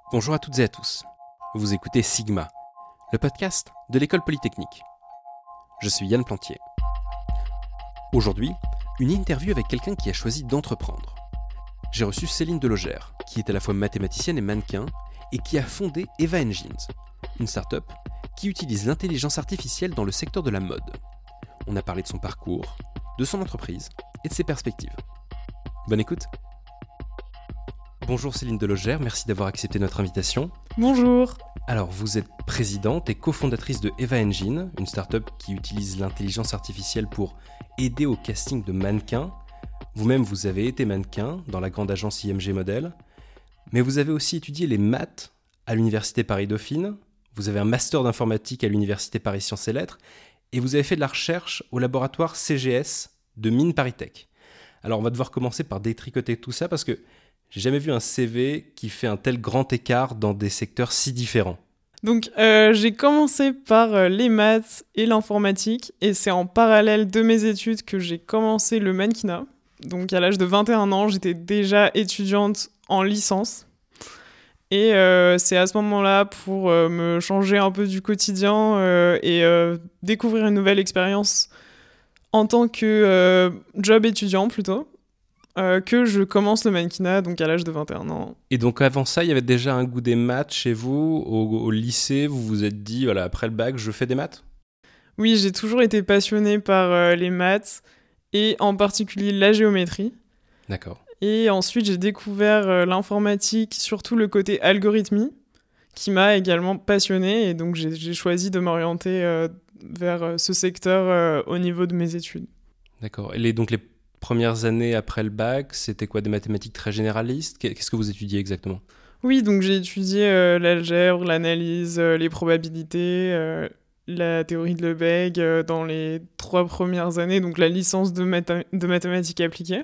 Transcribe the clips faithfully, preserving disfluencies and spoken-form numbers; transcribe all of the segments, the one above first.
Bonjour à toutes et à tous. Vous écoutez Sigma, le podcast de l'école polytechnique. Je suis Yann Plantier. Aujourd'hui, une interview avec quelqu'un qui a choisi d'entreprendre. J'ai reçu Céline Delogère, qui est à la fois mathématicienne et mannequin, et qui a fondé Eva Engines, une start-up qui utilise l'intelligence artificielle dans le secteur de la mode. On a parlé de son parcours, de son entreprise et de ses perspectives. Bonne écoute. Bonjour Céline Delogère, merci d'avoir accepté notre invitation. Bonjour. Alors, vous êtes présidente et cofondatrice de Eva Engines, une start-up qui utilise l'intelligence artificielle pour aider au casting de mannequins. Vous-même, vous avez été mannequin dans la grande agence I M G Model, mais vous avez aussi étudié les maths à l'université Paris-Dauphine, vous avez un master d'informatique à l'université Paris Sciences et Lettres, et vous avez fait de la recherche au laboratoire C G S de Mines ParisTech. Alors, on va devoir commencer par détricoter tout ça parce que j'ai jamais vu un C V qui fait un tel grand écart dans des secteurs si différents. Donc, euh, j'ai commencé par euh, les maths et l'informatique, et c'est en parallèle de mes études que j'ai commencé le mannequinat. Donc, à l'âge de vingt et un ans, j'étais déjà étudiante en licence. Et euh, c'est à ce moment-là, pour euh, me changer un peu du quotidien euh, et euh, découvrir une nouvelle expérience en tant que euh, job étudiant plutôt, Euh, que je commence le mannequinat, donc à l'âge de vingt et un ans. Et donc avant ça, il y avait déjà un goût des maths chez vous, au, au lycée, vous vous êtes dit, voilà, après le bac, je fais des maths ? Oui, j'ai toujours été passionnée par euh, les maths, et en particulier la géométrie. D'accord. Et ensuite, j'ai découvert euh, l'informatique, surtout le côté algorithmie, qui m'a également passionnée, et donc j'ai, j'ai choisi de m'orienter euh, vers euh, ce secteur euh, au niveau de mes études. D'accord. Et les, donc les premières années après le bac, c'était quoi, des mathématiques très généralistes ? Qu'est-ce que vous étudiez exactement ? Oui, donc j'ai étudié euh, l'algèbre, l'analyse, euh, les probabilités, euh, la théorie de Lebesgue euh, dans les trois premières années, donc la licence de, matha- de mathématiques appliquées,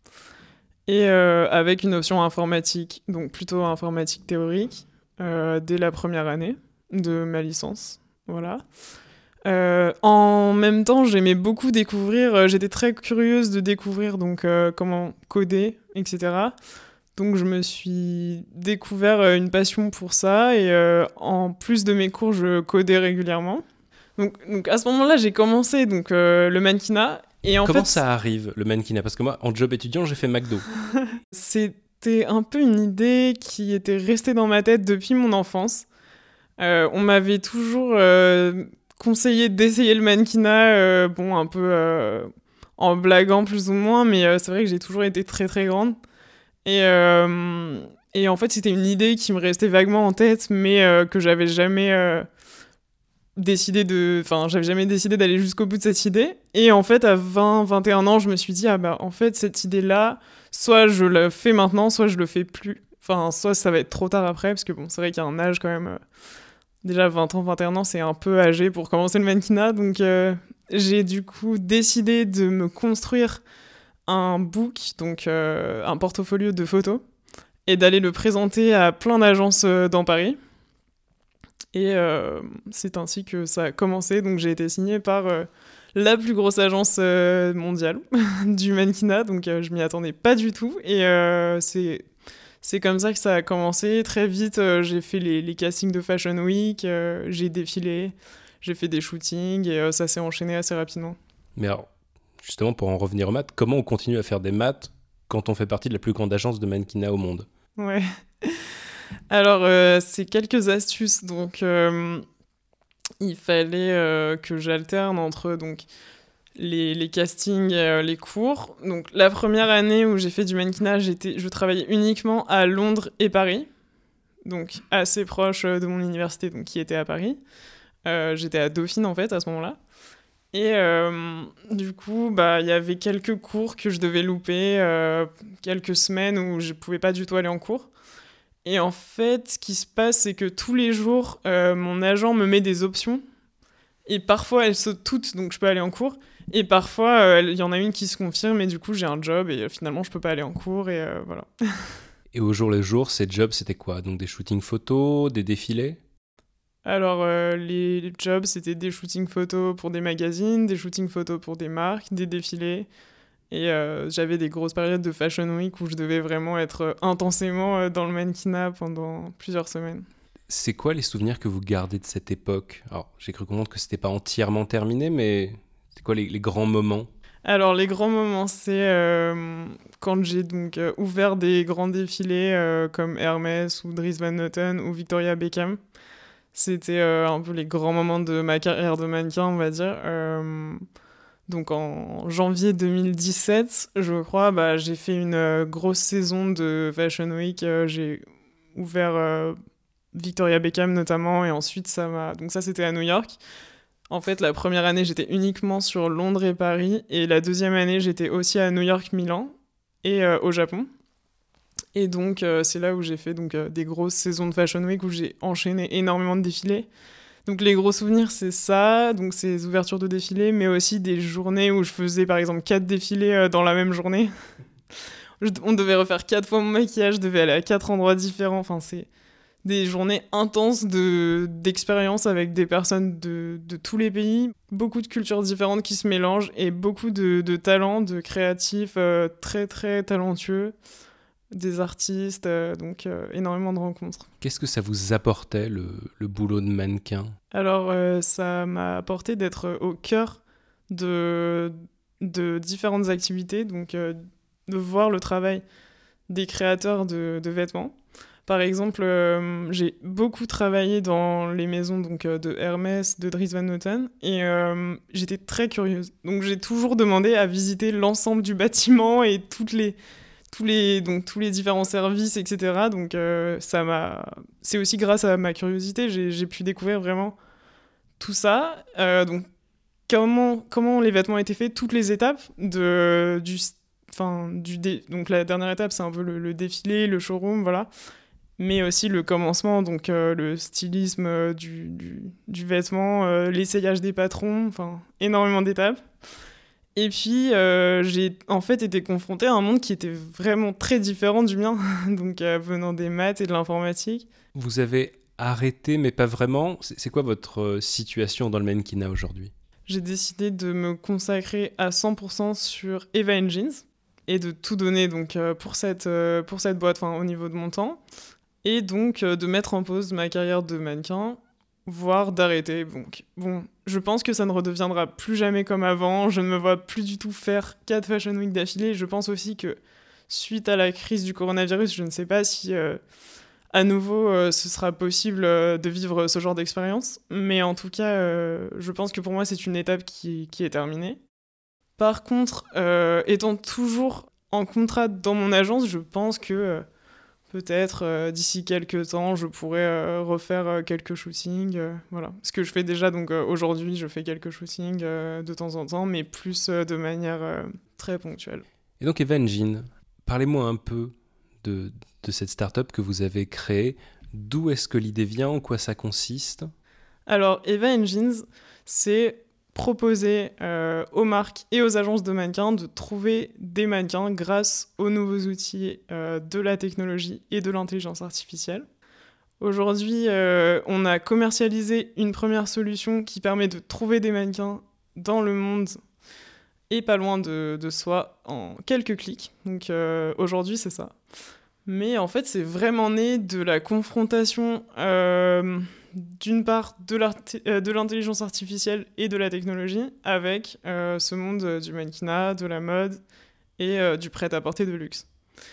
et euh, avec une option informatique, donc plutôt informatique théorique, euh, dès la première année de ma licence. Voilà. Euh, en même temps, j'aimais beaucoup découvrir, euh, j'étais très curieuse de découvrir donc, euh, comment coder, et cetera. Donc je me suis découvert euh, une passion pour ça, et euh, en plus de mes cours, je codais régulièrement. Donc, donc à ce moment-là, j'ai commencé donc, euh, le mannequinat. Et en Comment fait, ça arrive, le mannequinat ? Parce que moi, en job étudiant, j'ai fait McDo. c'était un peu une idée qui était restée dans ma tête depuis mon enfance. Euh, on m'avait toujours euh, conseillé d'essayer le mannequinat, euh, bon, un peu euh, en blaguant plus ou moins, mais euh, c'est vrai que j'ai toujours été très très grande. Et, euh, et en fait, c'était une idée qui me restait vaguement en tête, mais euh, que j'avais jamais euh, décidé de... Enfin, j'avais jamais décidé d'aller jusqu'au bout de cette idée. Et en fait, à vingt, vingt et un ans, je me suis dit, ah bah, en fait, cette idée-là, soit je la fais maintenant, soit je le fais plus. Enfin, soit ça va être trop tard après, parce que bon, c'est vrai qu'il y a un âge quand même... Euh, déjà, vingt ans, vingt et un ans, c'est un peu âgé pour commencer le mannequinat. Donc, euh, j'ai du coup décidé de me construire un book, donc euh, un portfolio de photos, et d'aller le présenter à plein d'agences euh, dans Paris. Et euh, c'est ainsi que ça a commencé. Donc j'ai été signée par euh, la plus grosse agence euh, mondiale du mannequinat, donc euh, je m'y attendais pas du tout. Et euh, c'est, c'est comme ça que ça a commencé. Très vite, euh, j'ai fait les, les castings de Fashion Week, euh, j'ai défilé, j'ai fait des shootings, et euh, ça s'est enchaîné assez rapidement. Mais alors, justement, pour en revenir aux maths, comment on continue à faire des maths quand on fait partie de la plus grande agence de mannequinat au monde ? Ouais. Alors, euh, c'est quelques astuces. Donc, euh, il fallait euh, que j'alterne entre donc, les, les castings et euh, les cours. Donc, la première année où j'ai fait du mannequinat, j'étais, je travaillais uniquement à Londres et Paris. Donc, assez proche de mon université, donc, qui était à Paris. Euh, j'étais à Dauphine, en fait, à ce moment-là. Et euh, du coup, bah, y avait quelques cours que je devais louper, euh, quelques semaines où je pouvais pas du tout aller en cours. Et en fait, ce qui se passe, c'est que tous les jours, euh, mon agent me met des options. Et parfois, elles sautent toutes, donc je peux aller en cours. Et parfois, il euh, y en a une qui se confirme, et du coup, j'ai un job, et euh, finalement, je peux pas aller en cours, et euh, voilà. Et au jour le jour, ces jobs, c'était quoi ? Donc des shootings photos, des défilés ? Alors, euh, les jobs, c'était des shootings photos pour des magazines, des shootings photos pour des marques, des défilés, Et euh, j'avais des grosses périodes de Fashion Week où je devais vraiment être intensément dans le mannequinat pendant plusieurs semaines. C'est quoi les souvenirs que vous gardez de cette époque ? Alors, j'ai cru comprendre que c'était pas entièrement terminé, mais c'est quoi les, les grands moments ? Alors, les grands moments, c'est euh, quand j'ai donc euh, ouvert des grands défilés euh, comme Hermès ou Dries Van Noten ou Victoria Beckham. C'était euh, un peu les grands moments de ma carrière de mannequin, on va dire. Euh, donc, en janvier deux mille dix-sept, je crois, bah, j'ai fait une euh, grosse saison de Fashion Week. Euh, j'ai ouvert euh, Victoria Beckham notamment, et ensuite, ça m'a... Donc ça, c'était à New York. En fait, la première année, j'étais uniquement sur Londres et Paris. Et la deuxième année, j'étais aussi à New York, Milan et euh, au Japon. Et donc, euh, c'est là où j'ai fait donc, euh, des grosses saisons de Fashion Week où j'ai enchaîné énormément de défilés. Donc, les gros souvenirs, c'est ça, donc ces ouvertures de défilés, mais aussi des journées où je faisais, par exemple, quatre défilés euh, dans la même journée. je, on devait refaire quatre fois mon maquillage, je devais aller à quatre endroits différents. Enfin, c'est... des journées intenses de, d'expérience avec des personnes de, de tous les pays, beaucoup de cultures différentes qui se mélangent et beaucoup de, de talents, de créatifs euh, très très talentueux, des artistes, euh, donc euh, énormément de rencontres. Qu'est-ce que ça vous apportait, le, le boulot de mannequin ? Alors euh, ça m'a apporté d'être au cœur de, de différentes activités, donc euh, de voir le travail des créateurs de, de vêtements. Par exemple, euh, j'ai beaucoup travaillé dans les maisons donc, euh, de Hermès, de Dries Van Noten, et euh, j'étais très curieuse. Donc j'ai toujours demandé à visiter l'ensemble du bâtiment et toutes les, tous, les, donc, tous les différents services, et cetera. Donc euh, ça m'a... c'est aussi grâce à ma curiosité, j'ai, j'ai pu découvrir vraiment tout ça. Euh, donc comment, comment les vêtements étaient faits, toutes les étapes de, du... Enfin, du dé... Donc la dernière étape, c'est un peu le, le défilé, le showroom, voilà. Mais aussi le commencement, donc euh, le stylisme euh, du, du, du vêtement, euh, l'essayage des patrons, enfin énormément d'étapes. Et puis euh, j'ai en fait été confrontée à un monde qui était vraiment très différent du mien, donc euh, venant des maths et de l'informatique. Vous avez arrêté, mais pas vraiment. C'est, c'est quoi votre situation dans le mannequinat aujourd'hui ? J'ai décidé de me consacrer à cent pour cent sur Eva Jeans et de tout donner donc, euh, pour, cette, euh, pour cette boîte, au niveau de mon temps. Et donc euh, de mettre en pause ma carrière de mannequin, voire d'arrêter. Donc, bon, je pense que ça ne redeviendra plus jamais comme avant. Je ne me vois plus du tout faire quatre Fashion Week d'affilée. Je pense aussi que suite à la crise du coronavirus, je ne sais pas si euh, à nouveau euh, ce sera possible euh, de vivre ce genre d'expérience. Mais en tout cas, euh, je pense que pour moi, c'est une étape qui, qui est terminée. Par contre, euh, étant toujours en contrat dans mon agence, je pense que... Euh, Peut-être euh, d'ici quelques temps, je pourrais euh, refaire euh, quelques shootings. Euh, voilà. Ce que je fais déjà, donc euh, aujourd'hui, je fais quelques shootings euh, de temps en temps, mais plus euh, de manière euh, très ponctuelle. Et donc, Eva Jeans, parlez-moi un peu de, de cette start-up que vous avez créée. D'où est-ce que l'idée vient ? En quoi ça consiste ? Alors, Eva Jeans, c'est proposer euh, aux marques et aux agences de mannequins de trouver des mannequins grâce aux nouveaux outils euh, de la technologie et de l'intelligence artificielle. Aujourd'hui, euh, on a commercialisé une première solution qui permet de trouver des mannequins dans le monde et pas loin de, de soi en quelques clics. Donc euh, aujourd'hui, c'est ça. Mais en fait, c'est vraiment né de la confrontation... Euh, d'une part de, euh, de l'intelligence artificielle et de la technologie avec euh, ce monde euh, du mannequinat, de la mode et euh, du prêt-à-porter de luxe.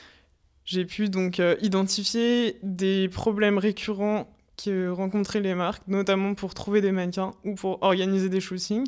J'ai pu donc euh, identifier des problèmes récurrents que rencontraient les marques, notamment pour trouver des mannequins ou pour organiser des shootings.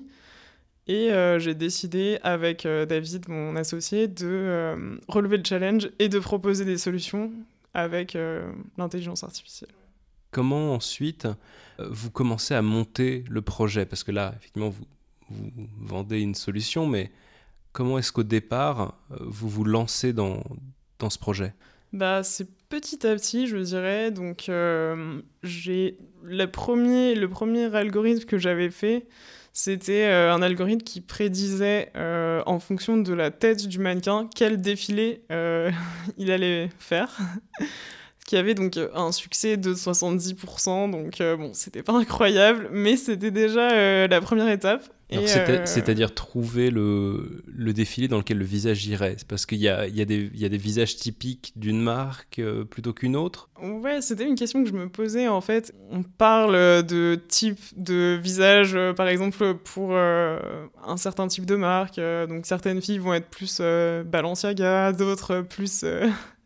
Et euh, j'ai décidé avec euh, David, mon associé, de euh, relever le challenge et de proposer des solutions avec euh, l'intelligence artificielle. Comment ensuite euh, vous commencez à monter le projet ? Parce que là, effectivement, vous, vous vendez une solution, mais comment est-ce qu'au départ, euh, vous vous lancez dans, dans ce projet ? Bah, c'est petit à petit, je dirais. Donc, euh, j'ai le premier, le premier algorithme que j'avais fait, c'était euh, un algorithme qui prédisait, euh, en fonction de la tête du mannequin, quel défilé euh, il allait faire. Ce qui avait donc un succès de soixante-dix pour cent, donc euh, bon, c'était pas incroyable, mais c'était déjà euh, la première étape. Alors, et, c'est euh... c'est-à-dire trouver le, le défilé dans lequel le visage irait. C'est parce qu'il y a, il y a des, il y a des visages typiques d'une marque euh, plutôt qu'une autre. Ouais, c'était une question que je me posais en fait. On parle de type de visage, euh, par exemple, pour euh, un certain type de marque. Euh, donc certaines filles vont être plus euh, Balenciaga, d'autres plus euh,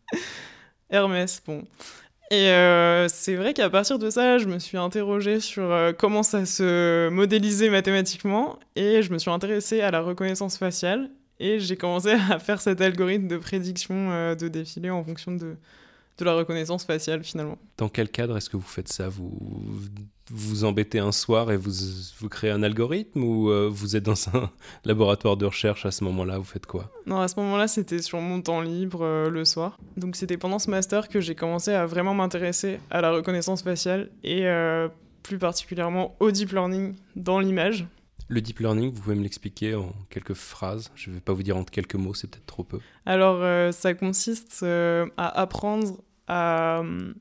Hermès. Bon. Et euh, c'est vrai qu'à partir de ça, je me suis interrogée sur euh, comment ça se modélisait mathématiquement et je me suis intéressée à la reconnaissance faciale et j'ai commencé à faire cet algorithme de prédiction euh, de défilé en fonction de, de la reconnaissance faciale finalement. Dans quel cadre est-ce que vous faites ça ? Vous vous embêtez un soir et vous, vous créez un algorithme ou euh, vous êtes dans un laboratoire de recherche à ce moment-là ? Vous faites quoi ? Non, à ce moment-là, c'était sur mon temps libre euh, le soir. Donc c'était pendant ce master que j'ai commencé à vraiment m'intéresser à la reconnaissance faciale et euh, plus particulièrement au deep learning dans l'image. Le deep learning, vous pouvez me l'expliquer en quelques phrases ? Je ne vais pas vous dire en quelques mots, c'est peut-être trop peu. Alors, euh, ça consiste euh, à apprendre à,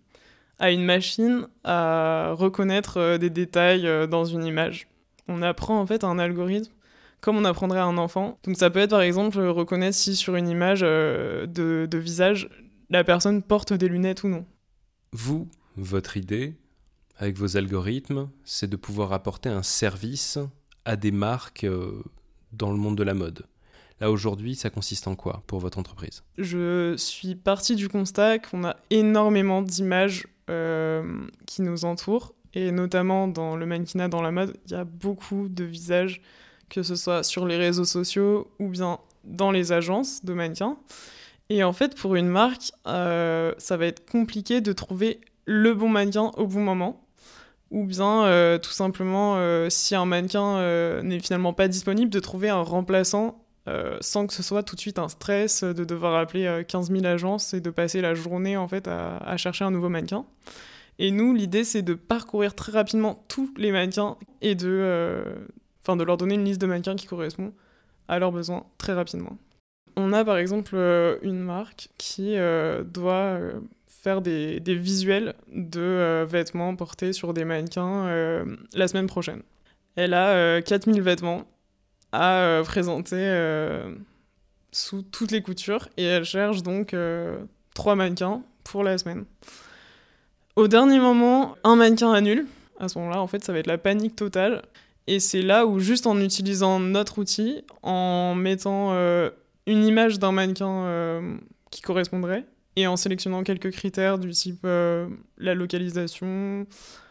à une machine à reconnaître euh, des détails euh, dans une image. On apprend en fait un algorithme comme on apprendrait à un enfant. Donc ça peut être par exemple reconnaître si sur une image euh, de, de visage, la personne porte des lunettes ou non. Vous, votre idée, avec vos algorithmes, c'est de pouvoir apporter un service à des marques euh, dans le monde de la mode. Là, aujourd'hui, ça consiste en quoi pour votre entreprise ? Je suis partie du constat qu'on a énormément d'images euh, qui nous entourent, et notamment dans le mannequinat, dans la mode, il y a beaucoup de visages, que ce soit sur les réseaux sociaux ou bien dans les agences de mannequins. Et en fait, pour une marque, euh, ça va être compliqué de trouver le bon mannequin au bon moment. Ou bien, euh, tout simplement, euh, si un mannequin euh, n'est finalement pas disponible, de trouver un remplaçant euh, sans que ce soit tout de suite un stress de devoir appeler euh, quinze mille agences et de passer la journée en fait, à, à chercher un nouveau mannequin. Et nous, l'idée, c'est de parcourir très rapidement tous les mannequins et de, euh, enfin, de leur donner une liste de mannequins qui correspond à leurs besoins très rapidement. On a par exemple euh, une marque qui euh, doit euh, faire des, des visuels de euh, vêtements portés sur des mannequins euh, la semaine prochaine. Elle a euh, quatre mille vêtements à euh, présenter euh, sous toutes les coutures et elle cherche donc euh, trois mannequins pour la semaine. Au dernier moment, un mannequin annule. À ce moment-là, en fait, ça va être la panique totale. Et c'est là où, juste en utilisant notre outil, en mettant euh, une image d'un mannequin euh, qui correspondrait, et en sélectionnant quelques critères du type euh, la localisation,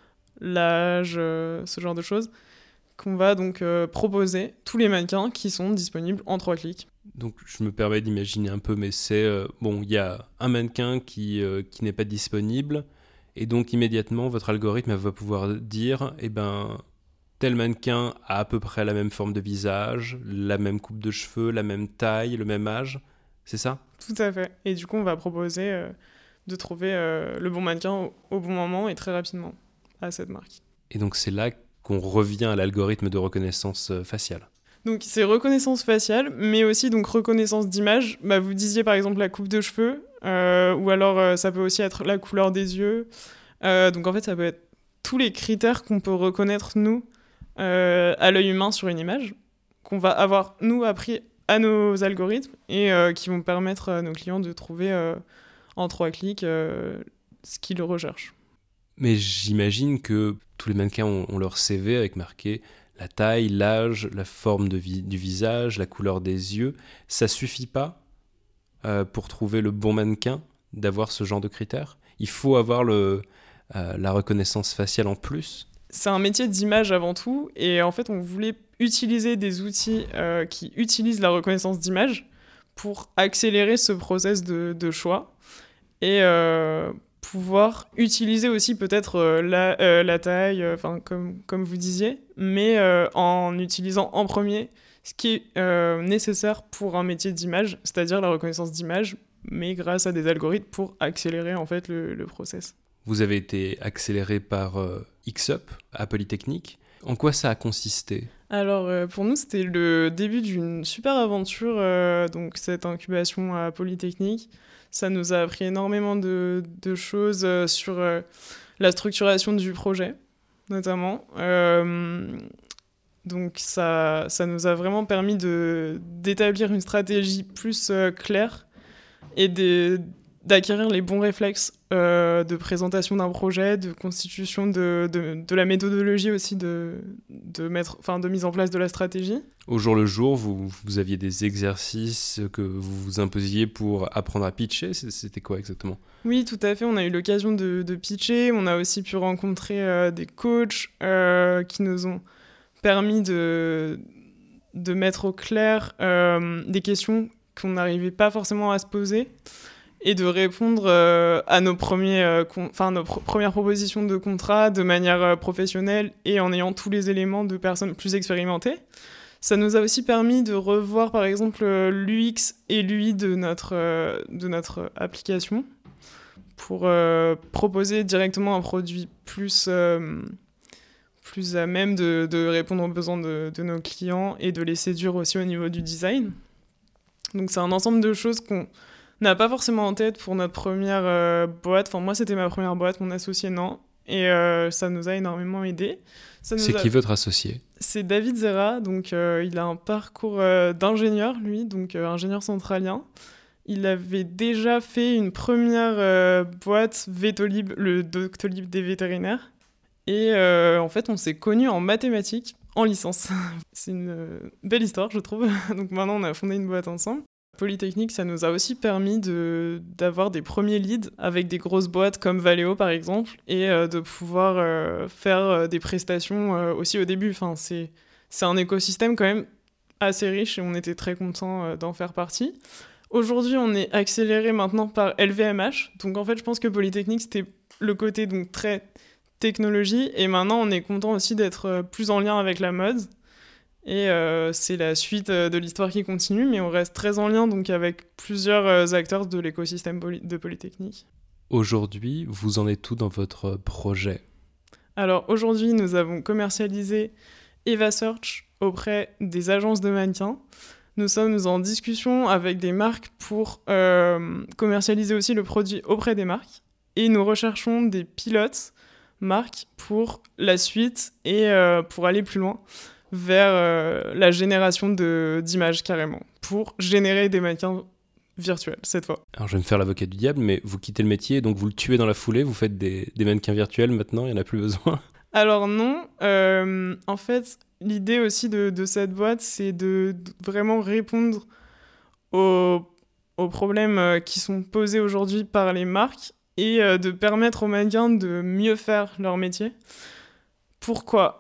l'âge, euh, ce genre de choses, qu'on va donc euh, proposer tous les mannequins qui sont disponibles en trois clics. Donc je me permets d'imaginer un peu, mais c'est... Euh, bon, il y a un mannequin qui, euh, qui n'est pas disponible, et donc immédiatement, votre algorithme va pouvoir dire, eh ben, tel mannequin a à peu près la même forme de visage, la même coupe de cheveux, la même taille, le même âge, c'est ça ? Tout à fait. Et du coup, on va proposer euh, de trouver euh, le bon mannequin au, au bon moment et très rapidement à cette marque. Et donc c'est là qu'on revient à l'algorithme de reconnaissance faciale. Donc c'est reconnaissance faciale, mais aussi donc reconnaissance d'image. Bah, vous disiez par exemple la coupe de cheveux, euh, ou alors euh, ça peut aussi être la couleur des yeux. Euh, donc en fait, ça peut être tous les critères qu'on peut reconnaître, nous, euh, à l'œil humain sur une image, qu'on va avoir, nous, appris à nos algorithmes et euh, qui vont permettre à nos clients de trouver euh, en trois clics euh, ce qu'ils recherchent. Mais j'imagine que tous les mannequins ont, ont leur C V avec marqué la taille, l'âge, la forme de vi- du visage, la couleur des yeux. Ça suffit pas euh, pour trouver le bon mannequin d'avoir ce genre de critères ? Il faut avoir le, euh, la reconnaissance faciale en plus ? C'est un métier d'image avant tout, et en fait, on voulait utiliser des outils euh, qui utilisent la reconnaissance d'image pour accélérer ce process de, de choix et euh, pouvoir utiliser aussi peut-être euh, la, euh, la taille, enfin euh, comme, comme vous disiez, mais euh, en utilisant en premier ce qui est euh, nécessaire pour un métier d'image, c'est-à-dire la reconnaissance d'image, mais grâce à des algorithmes pour accélérer en fait le, le process. Vous avez été accéléré par euh, X U P à Polytechnique. En quoi ça a consisté ? Alors euh, pour nous, c'était le début d'une super aventure, euh, donc cette incubation à Polytechnique. Ça nous a appris énormément de, de choses euh, sur euh, la structuration du projet, notamment. Euh, donc ça, ça nous a vraiment permis de, d'établir une stratégie plus euh, claire et de, d'acquérir les bons réflexes euh, de présentation d'un projet, de constitution de, de, de la méthodologie aussi, de, de, mettre, enfin, de mise en place de la stratégie. Au jour le jour, vous, vous aviez des exercices que vous vous imposiez pour apprendre à pitcher. C'était quoi exactement ? Oui, tout à fait. On a eu l'occasion de, de pitcher. On a aussi pu rencontrer euh, des coachs euh, qui nous ont permis de, de mettre au clair euh, des questions qu'on n'arrivait pas forcément à se poser et de répondre euh, à nos, premiers, euh, con- nos pr- premières propositions de contrat de manière euh, professionnelle et en ayant tous les éléments de personnes plus expérimentées. Ça nous a aussi permis de revoir, par exemple, l'U X et l'U I de notre, euh, de notre application pour euh, proposer directement un produit plus, euh, plus à même de, de répondre aux besoins de, de nos clients et de les séduire aussi au niveau du design. Donc c'est un ensemble de choses qu'on n'a pas forcément en tête pour notre première euh, boîte. Enfin, moi, c'était ma première boîte, mon associé, non. Et euh, ça nous a énormément aidés. Ça nous C'est a... qui votre associé ? C'est David Zera, donc euh, il a un parcours euh, d'ingénieur, lui, donc euh, ingénieur centralien. Il avait déjà fait une première euh, boîte Vétolib, le Doctolib des vétérinaires. Et euh, en fait, on s'est connus en mathématiques, en licence. C'est une euh, belle histoire, je trouve. Donc maintenant, on a fondé une boîte ensemble. Polytechnique, ça nous a aussi permis de, d'avoir des premiers leads avec des grosses boîtes comme Valeo, par exemple, et euh, de pouvoir euh, faire euh, des prestations euh, aussi au début. Enfin, c'est, c'est un écosystème quand même assez riche et on était très contents euh, d'en faire partie. Aujourd'hui, on est accéléré maintenant par L V M H. Donc en fait, je pense que Polytechnique, c'était le côté donc très technologie. Et maintenant, on est content aussi d'être plus en lien avec la mode. Et euh, c'est la suite de l'histoire qui continue, mais on reste très en lien donc avec plusieurs acteurs de l'écosystème poly- de Polytechnique. Aujourd'hui, vous en êtes où dans votre projet ? Alors aujourd'hui, nous avons commercialisé Eva Search auprès des agences de mannequins. Nous sommes en discussion avec des marques pour euh, commercialiser aussi le produit auprès des marques. Et nous recherchons des pilotes marques pour la suite et euh, pour aller plus loin vers euh, la génération de, d'images carrément, pour générer des mannequins virtuels cette fois. Alors je vais me faire l'avocat du diable, mais vous quittez le métier, donc vous le tuez dans la foulée, vous faites des, des mannequins virtuels maintenant, il n'y en a plus besoin ? Alors non, euh, en fait, l'idée aussi de, de cette boîte, c'est de, de vraiment répondre aux, aux problèmes qui sont posés aujourd'hui par les marques et euh, de permettre aux mannequins de mieux faire leur métier. Pourquoi ?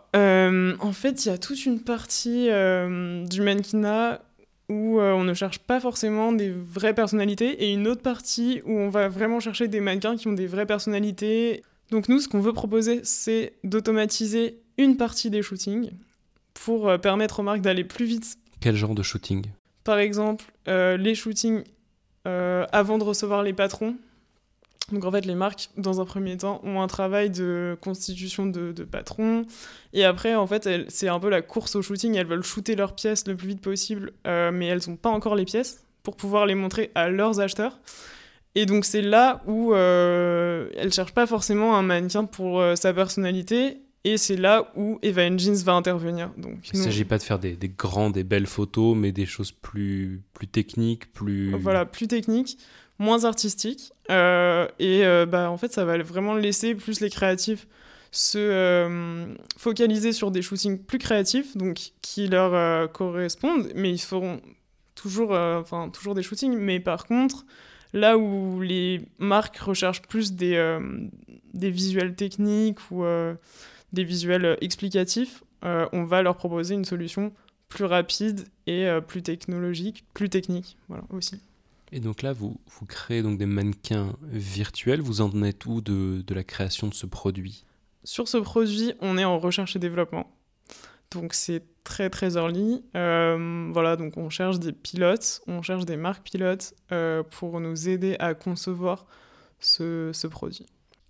euh, En fait, il y a toute une partie euh, du mannequinat où euh, on ne cherche pas forcément des vraies personnalités et une autre partie où on va vraiment chercher des mannequins qui ont des vraies personnalités. Donc nous, ce qu'on veut proposer, c'est d'automatiser une partie des shootings pour euh, permettre aux marques d'aller plus vite. Quel genre de shooting ? Par exemple, euh, les shootings euh, avant de recevoir les patrons. Donc en fait, les marques, dans un premier temps, ont un travail de constitution de, de patrons. Et après, en fait, elles, c'est un peu la course au shooting. Elles veulent shooter leurs pièces le plus vite possible, euh, mais elles n'ont pas encore les pièces pour pouvoir les montrer à leurs acheteurs. Et donc c'est là où euh, elles ne cherchent pas forcément un mannequin pour euh, sa personnalité. Et c'est là où Eva Engines va intervenir. Donc, il ne nous... s'agit pas de faire des, des grandes et belles photos, mais des choses plus, plus techniques, plus... Voilà, plus techniques, moins artistiques. Euh, et euh, bah, en fait, ça va vraiment laisser plus les créatifs se euh, focaliser sur des shootings plus créatifs, donc qui leur euh, correspondent. Mais ils feront toujours, euh, enfin, toujours des shootings. Mais par contre, là où les marques recherchent plus des, euh, des visuels techniques ou... Euh, des visuels explicatifs, euh, on va leur proposer une solution plus rapide et euh, plus technologique, plus technique, voilà, aussi. Et donc là, vous, vous créez donc des mannequins virtuels. Vous en êtes où de, de la création de ce produit ? Sur ce produit, on est en recherche et développement. Donc c'est très très early. Euh, voilà, donc on cherche des pilotes, on cherche des marques pilotes euh, pour nous aider à concevoir ce, ce produit.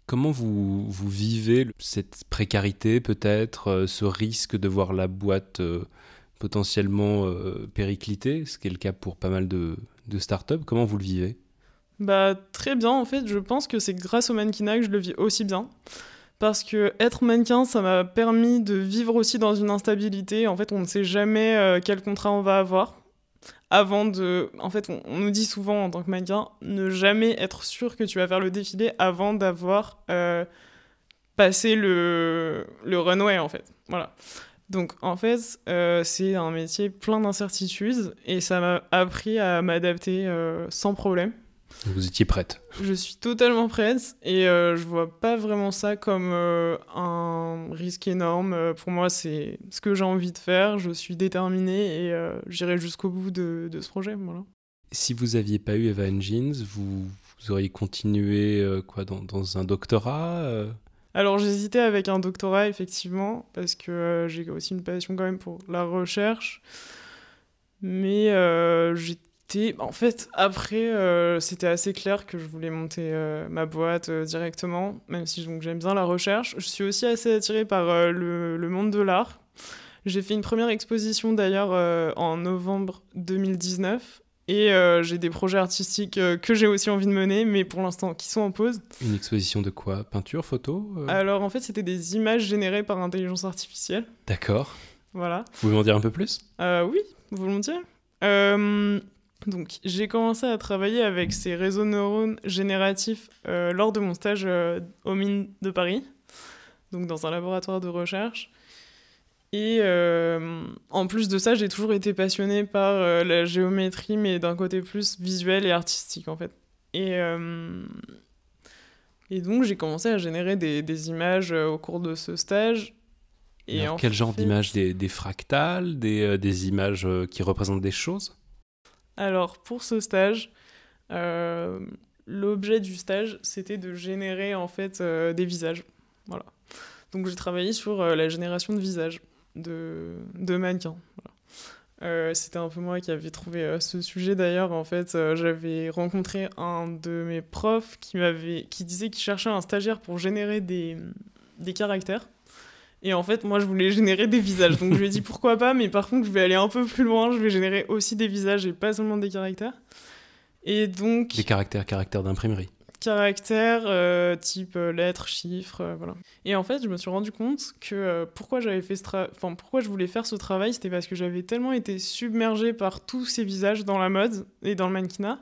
Comment vous, vous vivez cette précarité peut-être, euh, ce risque de voir la boîte euh, potentiellement euh, péricliter, ce qui est le cas pour pas mal de, de startups. Comment vous le vivez ? Bah, très bien, en fait, je pense que c'est grâce au mannequinat que je le vis aussi bien. Parce que être mannequin, ça m'a permis de vivre aussi dans une instabilité. En fait, on ne sait jamais euh, quel contrat on va avoir. Avant de... En fait, on, on nous dit souvent en tant que mannequin, ne jamais être sûr que tu vas faire le défilé avant d'avoir euh, passé le, le runway, en fait. Voilà. Donc, en fait, euh, c'est un métier plein d'incertitudes et ça m'a appris à m'adapter euh, sans problème. Vous étiez prête ? Je suis totalement prête et euh, je vois pas vraiment ça comme euh, un risque énorme. Euh, pour moi, c'est ce que j'ai envie de faire. Je suis déterminée et euh, j'irai jusqu'au bout de, de ce projet. Voilà. Si vous n'aviez pas eu Eva Engines, vous, vous auriez continué euh, quoi, dans, dans un doctorat euh... Alors, j'hésitais avec un doctorat, effectivement, parce que euh, j'ai aussi une passion quand même pour la recherche. Mais euh, j'ai En fait, après, euh, c'était assez clair que je voulais monter euh, ma boîte euh, directement, même si donc, j'aime bien la recherche. Je suis aussi assez attirée par euh, le, le monde de l'art. J'ai fait une première exposition d'ailleurs euh, en novembre deux mille dix-neuf et euh, j'ai des projets artistiques euh, que j'ai aussi envie de mener, mais pour l'instant qui sont en pause. Une exposition de quoi ? Peinture, photo euh... Alors en fait, c'était des images générées par intelligence artificielle. D'accord. Voilà. Vous pouvez m'en dire un peu plus ? euh, Oui, volontiers. Euh... Donc, j'ai commencé à travailler avec ces réseaux neurones génératifs euh, lors de mon stage euh, aux Mines de Paris, donc dans un laboratoire de recherche. Et euh, en plus de ça, j'ai toujours été passionnée par euh, la géométrie, mais d'un côté plus visuel et artistique, en fait. Et, euh, et donc, j'ai commencé à générer des, des images euh, au cours de ce stage. Et Alors, en quel fait... genre d'images ? des, des fractales ? Des, euh, des images euh, qui représentent des choses ? Alors, pour ce stage, euh, l'objet du stage, c'était de générer en fait euh, des visages. Voilà. Donc, j'ai travaillé sur euh, la génération de visages de, de mannequins. Voilà. Euh, c'était un peu moi qui avais trouvé euh, ce sujet d'ailleurs. En fait, euh, j'avais rencontré un de mes profs qui, m'avait, qui disait qu'il cherchait un stagiaire pour générer des, des caractères. Et en fait, moi, je voulais générer des visages. Donc, je lui ai dit pourquoi pas, mais par contre, je vais aller un peu plus loin. Je vais générer aussi des visages et pas seulement des caractères. Et donc... Des caractères, caractères d'imprimerie. Caractères, euh, type euh, lettres, chiffres, euh, voilà. Et en fait, je me suis rendu compte que euh, pourquoi j'avais fait ce tra... enfin, pourquoi je voulais faire ce travail, c'était parce que j'avais tellement été submergée par tous ces visages dans la mode et dans le mannequinat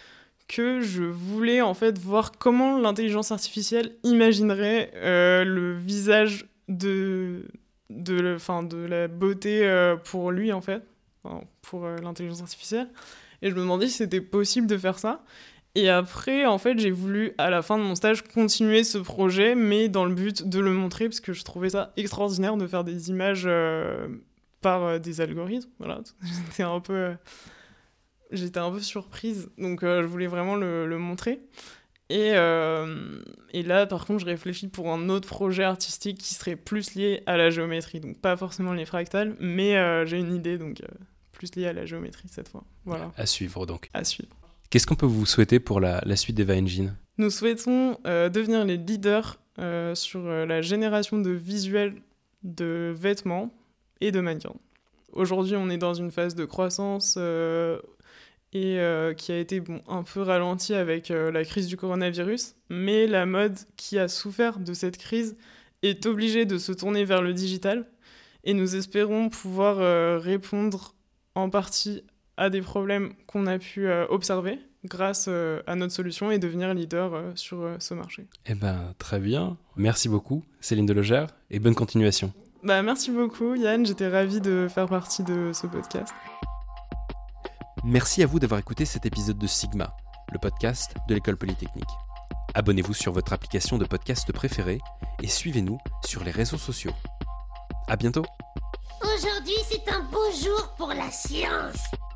que je voulais en fait voir comment l'intelligence artificielle imaginerait euh, le visage de, de, enfin, de la beauté euh, pour lui, en fait, enfin, pour euh, l'intelligence artificielle. Et je me demandais si c'était possible de faire ça. Et après, en fait, j'ai voulu, à la fin de mon stage, continuer ce projet, mais dans le but de le montrer, parce que je trouvais ça extraordinaire de faire des images euh, par euh, des algorithmes. Voilà. J'étais un peu, euh, j'étais un peu surprise, donc euh, je voulais vraiment le, le montrer. Et, euh, et là, par contre, je réfléchis pour un autre projet artistique qui serait plus lié à la géométrie. Donc, pas forcément les fractales, mais euh, j'ai une idée, donc euh, plus liée à la géométrie cette fois. Voilà. À suivre, donc. À suivre. Qu'est-ce qu'on peut vous souhaiter pour la, la suite d'Eva Engine ? Nous souhaitons euh, devenir les leaders euh, sur euh, la génération de visuels de vêtements et de mannequins. Aujourd'hui, on est dans une phase de croissance... Euh, et euh, qui a été bon, un peu ralenti avec euh, la crise du coronavirus. Mais la mode qui a souffert de cette crise est obligée de se tourner vers le digital. Et nous espérons pouvoir euh, répondre en partie à des problèmes qu'on a pu euh, observer grâce euh, à notre solution et devenir leader euh, sur euh, ce marché. Eh ben, très bien. Merci beaucoup, Céline Delogère, et bonne continuation. Bah, merci beaucoup, Yann. J'étais ravie de faire partie de ce podcast. Merci à vous d'avoir écouté cet épisode de Sigma, le podcast de l'École Polytechnique. Abonnez-vous sur votre application de podcast préférée et suivez-nous sur les réseaux sociaux. À bientôt. Aujourd'hui, c'est un beau jour pour la science.